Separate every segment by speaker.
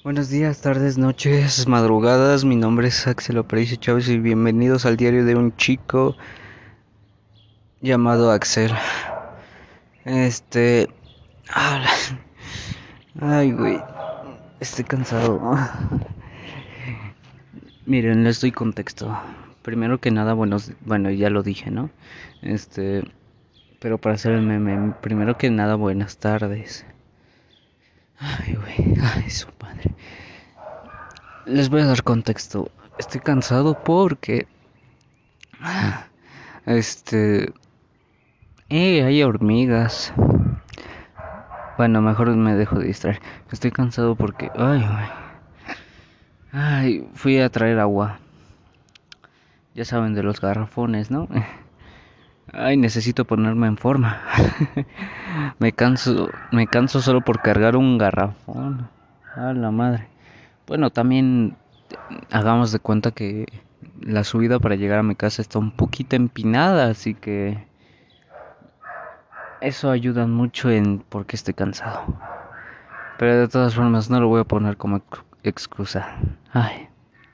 Speaker 1: Buenos días, tardes, noches, madrugadas. Mi nombre es Axel Aparicio Chávez y bienvenidos al diario de un chico llamado Axel. Este. ah, Ay, güey. Estoy cansado. Miren, les doy contexto. Primero que nada, bueno, ya lo dije, ¿no? Este. Pero para hacer el meme, primero que nada, buenas tardes. Ay, güey. Ay, su padre. Les voy a dar contexto. Estoy cansado porque. Este. Hay hormigas. Bueno, mejor me dejo de distraer. Estoy cansado porque... Ay, fui a traer agua. Ya saben de los garrafones, ¿no? Ay, necesito ponerme en forma. Me canso solo por cargar un garrafón. A la madre. Bueno, también hagamos de cuenta que la subida para llegar a mi casa está un poquito empinada, así que eso ayuda mucho en por qué estoy cansado. Pero de todas formas no lo voy a poner como excusa. Ay.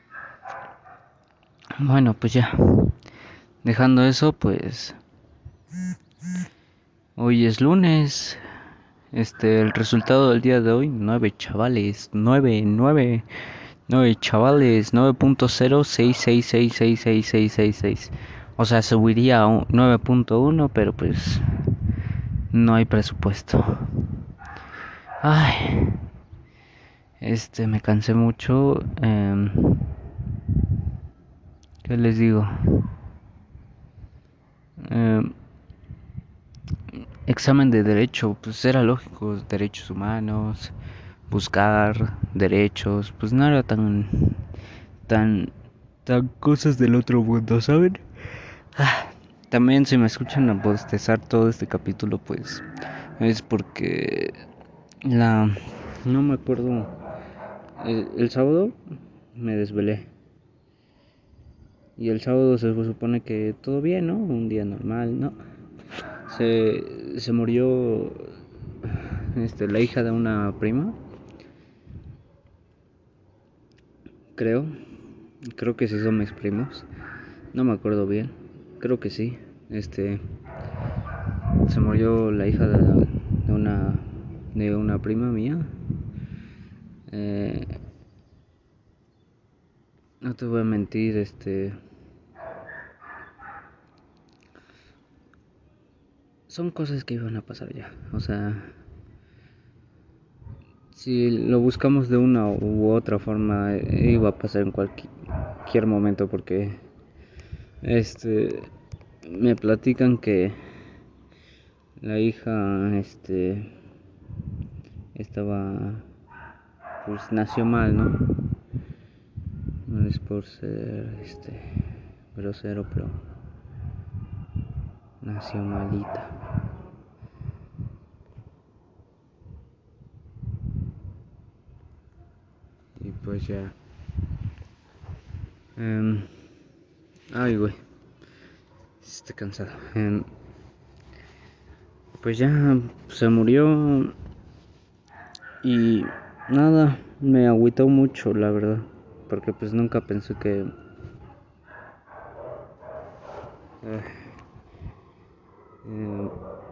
Speaker 1: Bueno, pues ya. Dejando eso, pues hoy es lunes. El resultado del día de hoy, 9 chavales, 9 chavales, 9.066666666. O sea, subiría a 9.1, pero pues no hay presupuesto. Ay, me cansé mucho. ¿Qué les digo? Em, Examen de derecho, pues era lógico, derechos humanos, buscar derechos, pues no era tan, tan cosas del otro mundo, ¿saben? También si me escuchan a bostezar todo este capítulo, pues es porque la, no me acuerdo, el sábado me desvelé y el sábado se supone que todo bien, ¿no? Un día normal, ¿no? Se murió la hija de una prima, creo. Creo que sí son mis primos. No me acuerdo bien. Creo que sí. Se murió la hija de una prima mía. Eh, no te voy a mentir, son cosas que iban a pasar ya. O sea, si lo buscamos de una u otra forma, iba a pasar en cualquier momento porque me platican que la hija estaba, pues nació mal, ¿no? No es por ser grosero, pero nació malita. Y pues ya. Ay, güey. Estoy cansado. Pues ya se murió. Y nada, me agüitó mucho, la verdad. Porque pues nunca pensé que... eh,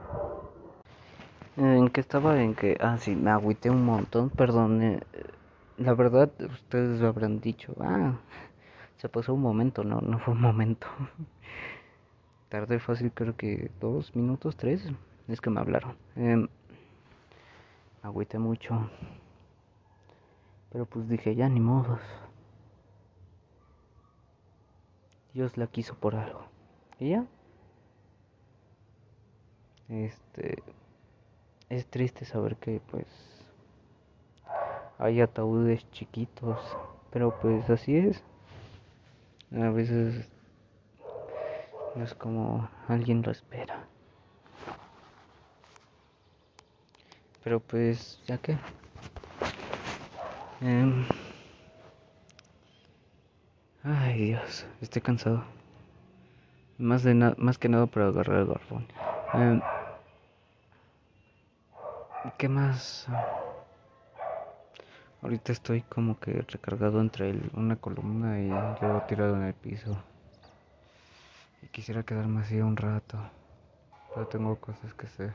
Speaker 1: ¿En qué estaba? En que... Ah, sí, me agüité un montón, perdón. La verdad, ustedes habrán dicho, se pasó un momento, no, no fue un momento. Tardé fácil, creo que 2 minutos, 3. Es que me hablaron. Me agüité mucho. Pero pues dije, ya ni modos. Dios la quiso por algo. Y ya. Este... Es triste saber que pues hay ataúdes chiquitos. Pero pues así es. A veces no es como alguien lo espera. Pero pues, ya que... Em, Ay Dios, estoy cansado. Más que nada para agarrar el garfón. Em, ¿Qué más? Ahorita estoy como que recargado entre una columna y yo tirado en el piso. Y quisiera quedarme así un rato, pero tengo cosas que hacer.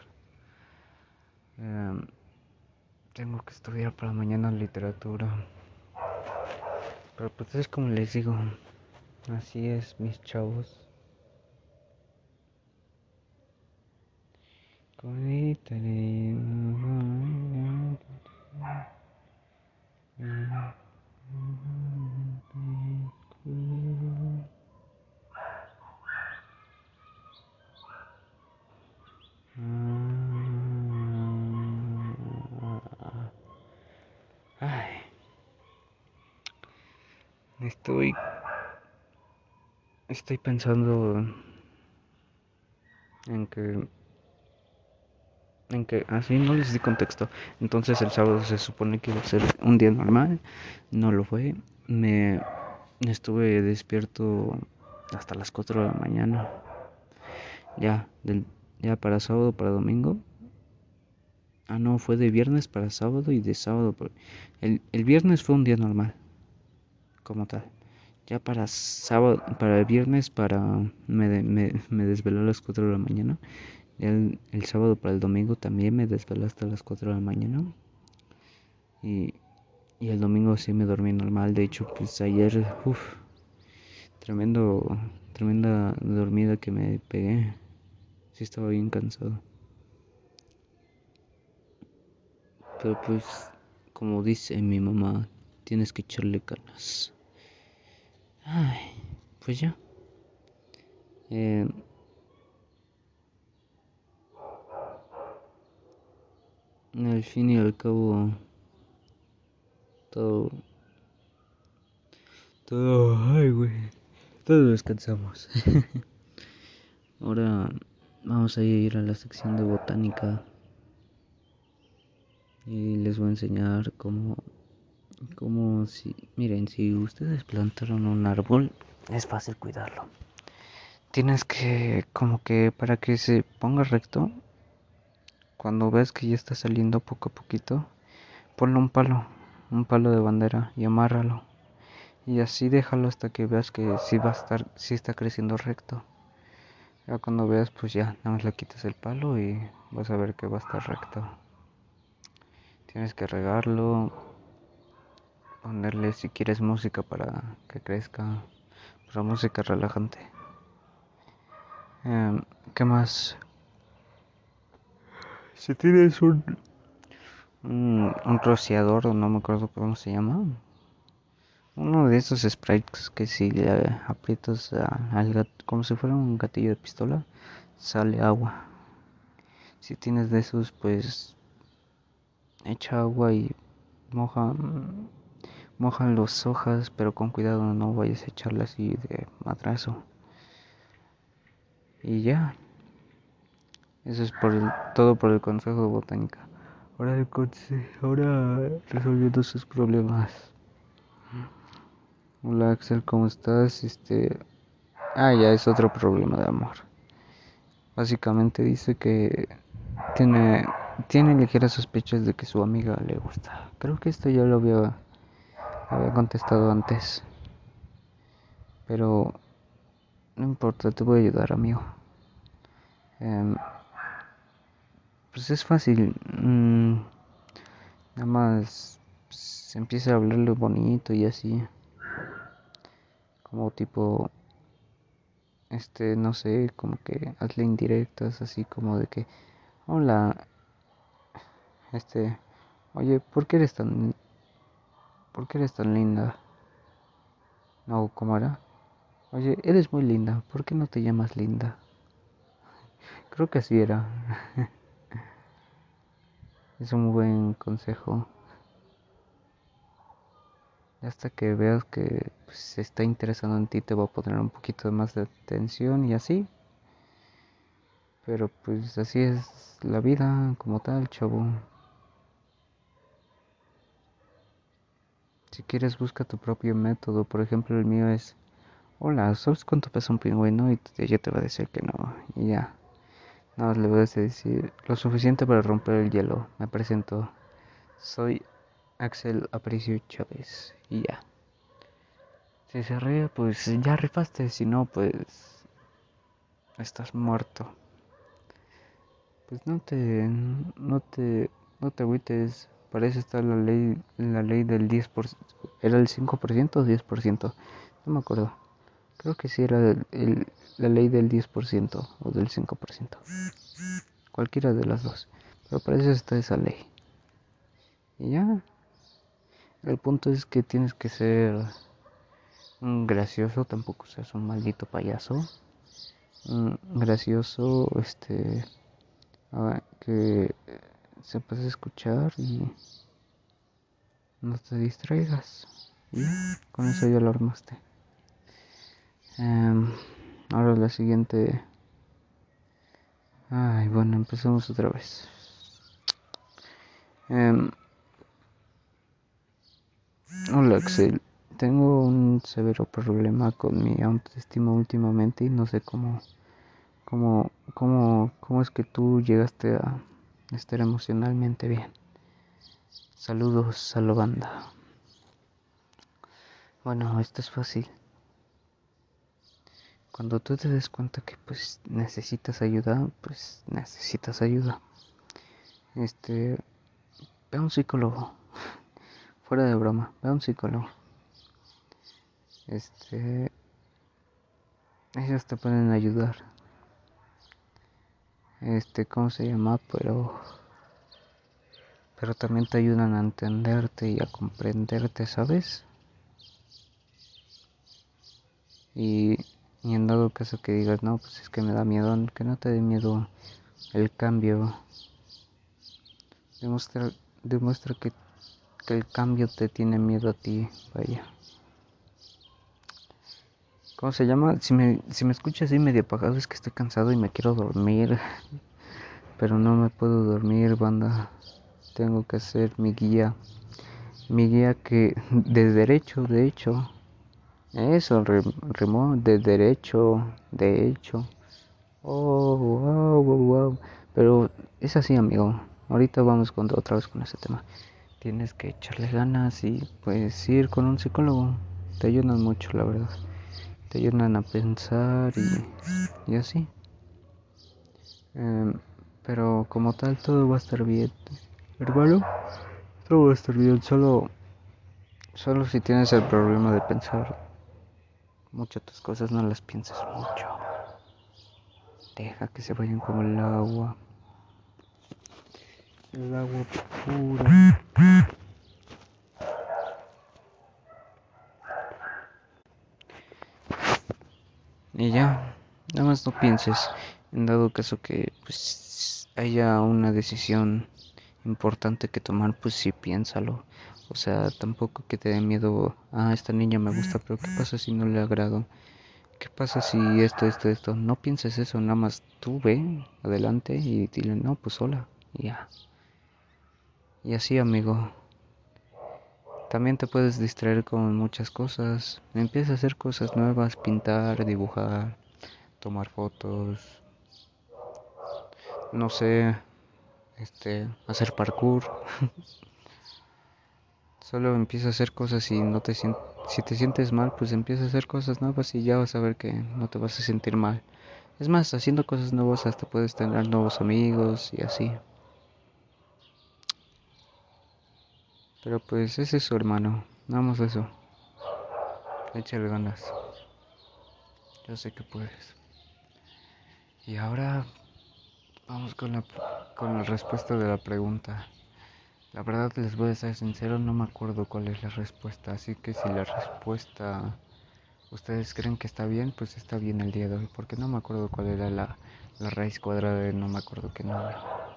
Speaker 1: Em, Tengo que estudiar para mañana literatura. Pero pues es como les digo, así es, mis chavos. Ay, estoy pensando en que así no les di contexto. Entonces el sábado se supone que iba a ser un día normal, no lo fue. Me estuve despierto hasta las 4 de la mañana. Ya, ya para sábado, para domingo. Ah, no, fue de viernes para sábado y de sábado. El viernes fue un día normal, como tal. Ya para sábado, para el viernes, me desvelé a las 4 de la mañana. El sábado para el domingo también me desvelé hasta las 4 de la mañana. Y, y el domingo sí me dormí normal. De hecho, pues ayer, tremenda dormida que me pegué. Sí estaba bien cansado. Pero pues, como dice mi mamá, tienes que echarle ganas. Ay, pues ya. Eh, Al fin y al cabo, todo, ay, güey, todos descansamos. Ahora vamos a ir a la sección de botánica y les voy a enseñar miren, si ustedes plantaron un árbol, es fácil cuidarlo. Tienes que, como que para que se ponga recto, cuando ves que ya está saliendo poco a poquito, ponle un palo de bandera y amárralo. Y así déjalo hasta que veas que sí está creciendo recto. Ya cuando veas, pues ya, nada más le quitas el palo y vas a ver que va a estar recto. Tienes que regarlo, ponerle si quieres música para que crezca, pero música relajante. ¿Qué más? Si tienes un rociador o no me acuerdo cómo se llama, uno de esos sprites que si le aprietas al gato, como si fuera un gatillo de pistola, sale agua. Si tienes de esos, pues echa agua y moja, moja las hojas, pero con cuidado, no vayas a echarle así de madrazo. Y ya, eso es todo por el consejo de botánica. Ahora resolviendo sus problemas. Hola Axel, ¿cómo estás? Ya es otro problema de amor. Básicamente dice que tiene, tiene ligeras sospechas de que su amiga le gusta. Creo que esto ya lo había contestado antes. Pero no importa, te voy a ayudar, amigo. Em, pues es fácil. Nada más se empieza a hablarle bonito y así. Como tipo, no sé, como que hazle indirectas, así como de que, hola, este, oye, por qué eres tan linda? No, ¿cómo era? Oye, eres muy linda, ¿por qué no te llamas Linda? Creo que así era. Es un buen consejo. Hasta que veas que pues, se está interesando en ti, te va a poner un poquito más de atención y así. Pero pues así es la vida como tal, chavo. Si quieres, busca tu propio método. Por ejemplo, el mío es: hola, ¿sabes cuánto pesa un pingüino? Y ella te va a decir que no. Y ya. Nada más le voy a decir lo suficiente para romper el hielo. Me presento. Soy Axel Aparicio Chávez. Y ya. Si se ríe, pues ya rifaste. Si no, pues estás muerto. Pues no te agüites. Para eso está la ley del 10%. ¿Era el 5% o 10%? No me acuerdo. Creo que sí era la ley del 10% o del 5%. Cualquiera de las dos. Pero para eso está esa ley. Y ya. El punto es que tienes que ser un gracioso. Tampoco seas un maldito payaso. Gracioso, que sepas escuchar y no te distraigas. Y ya, con eso ya lo armaste. Ahora la siguiente. Ay, bueno, empezamos otra vez. Hola Axel, tengo un severo problema con mi autoestima últimamente y no sé cómo es que tú llegaste a estar emocionalmente bien. Saludos a la banda. Bueno, esto es fácil. Cuando tú te des cuenta que pues necesitas ayuda, pues necesitas ayuda. Ve a un psicólogo. Fuera de broma, ve a un psicólogo. Ellos te pueden ayudar. ¿Cómo se llama? Pero también te ayudan a entenderte y a comprenderte, ¿sabes? Y, y en dado caso que digas, no, pues es que me da miedo, que no te dé miedo el cambio. Demuestra que el cambio te tiene miedo a ti, vaya. ¿Cómo se llama? Si me escuchas así medio apagado es que estoy cansado y me quiero dormir, pero no me puedo dormir, banda. Tengo que hacer mi guía que de derecho, de hecho. Eso, rimó de derecho, de hecho. Oh, wow, wow, wow. Pero es así, amigo. Ahorita vamos otra vez con ese tema. Tienes que echarle ganas y pues ir con un psicólogo. Te ayudan mucho, la verdad. Te ayudan a pensar y así. Pero como tal, todo va a estar bien. Hermano, todo va a estar bien. Solo si tienes el problema de pensar mucho tus cosas, no las pienses mucho. Deja que se vayan como el agua. El agua pura. Y ya, nada más no pienses. En dado caso que pues haya una decisión importante que tomar, pues sí piénsalo. O sea, tampoco que te dé miedo. Ah, esta niña me gusta, pero ¿qué pasa si no le agrado? ¿Qué pasa si esto? No pienses eso, nada más tú ve adelante y dile, no, pues hola. Y ya. Y así, amigo. También te puedes distraer con muchas cosas. Empieza a hacer cosas nuevas, pintar, dibujar, tomar fotos, no sé, hacer parkour. Solo empieza a hacer cosas y no te si te sientes mal, pues empieza a hacer cosas nuevas y ya vas a ver que no te vas a sentir mal. Es más, haciendo cosas nuevas hasta puedes tener nuevos amigos y así. Pero pues es eso, hermano. Nada más eso. Échale ganas. Yo sé que puedes. Y ahora vamos con la respuesta de la pregunta. La verdad les voy a ser sincero, no me acuerdo cuál es la respuesta, así que si la respuesta ustedes creen que está bien, pues está bien el día de hoy, porque no me acuerdo cuál era la raíz cuadrada de no me acuerdo qué número.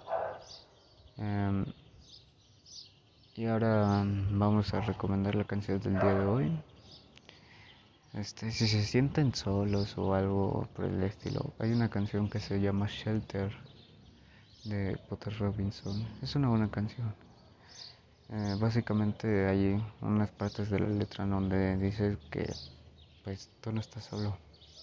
Speaker 1: Em, y ahora vamos a recomendar la canción del día de hoy. Si se sienten solos o algo por el estilo, hay una canción que se llama Shelter de Potter Robinson. Es una buena canción. Básicamente hay unas partes de la letra en donde dice que pues tú no estás solo,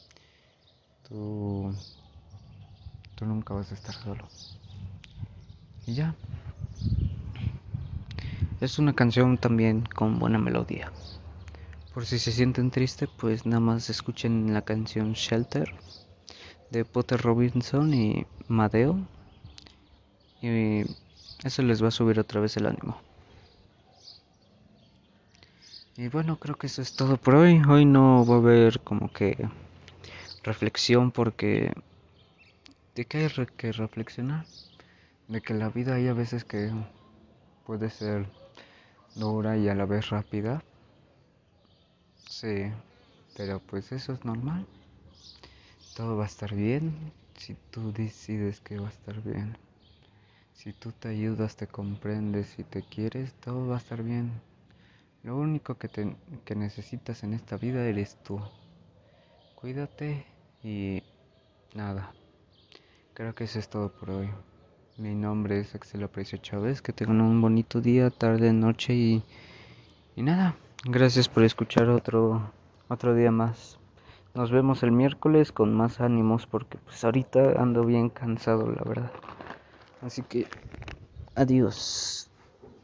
Speaker 1: tú, tú nunca vas a estar solo. Y ya, Es una canción también con buena melodía. Por si se sienten tristes, pues nada más escuchen la canción Shelter de Potter Robinson y Madeo. Y eso les va a subir otra vez el ánimo. Y bueno, creo que eso es todo por hoy. Hoy no va a haber como que reflexión porque ¿de qué hay que reflexionar? De que la vida hay a veces que puede ser dura y a la vez rápida. Sí, pero pues eso es normal. Todo va a estar bien si tú decides que va a estar bien. Si tú te ayudas, te comprendes y te quieres, todo va a estar bien. Lo único que necesitas en esta vida eres tú. Cuídate y nada. Creo que eso es todo por hoy. Mi nombre es Axel Aprecio Chávez. Que tengan un bonito día, tarde, noche y nada. Gracias por escuchar otro día más. Nos vemos el miércoles con más ánimos porque pues ahorita ando bien cansado, la verdad. Así que adiós.